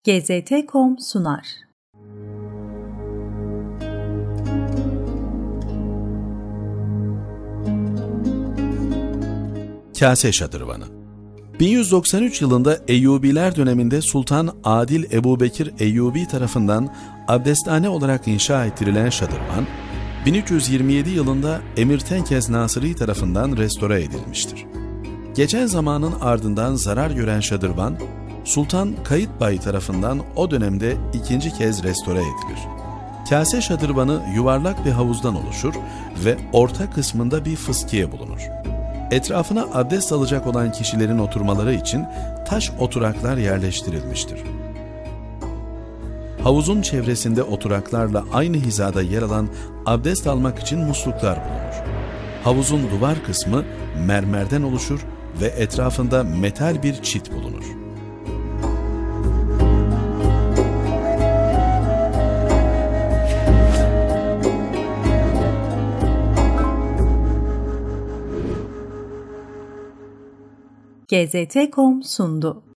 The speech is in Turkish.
GZT.com sunar. Kase Şadırvanı 1193 yılında Eyyubiler döneminde Sultan Adil Ebubekir Eyyubi tarafından abdesthane olarak inşa ettirilen şadırvan, 1327 yılında Emir Tenkez Nasırî tarafından restore edilmiştir. Geçen zamanın ardından zarar gören şadırvan, Sultan Kayıtbay tarafından o dönemde ikinci kez restore edilir. Kase şadırvanı yuvarlak bir havuzdan oluşur ve orta kısmında bir fıskiye bulunur. Etrafına abdest alacak olan kişilerin oturmaları için taş oturaklar yerleştirilmiştir. Havuzun çevresinde oturaklarla aynı hizada yer alan abdest almak için musluklar bulunur. Havuzun duvar kısmı mermerden oluşur ve etrafında metal bir çit bulunur. GZT.com sundu.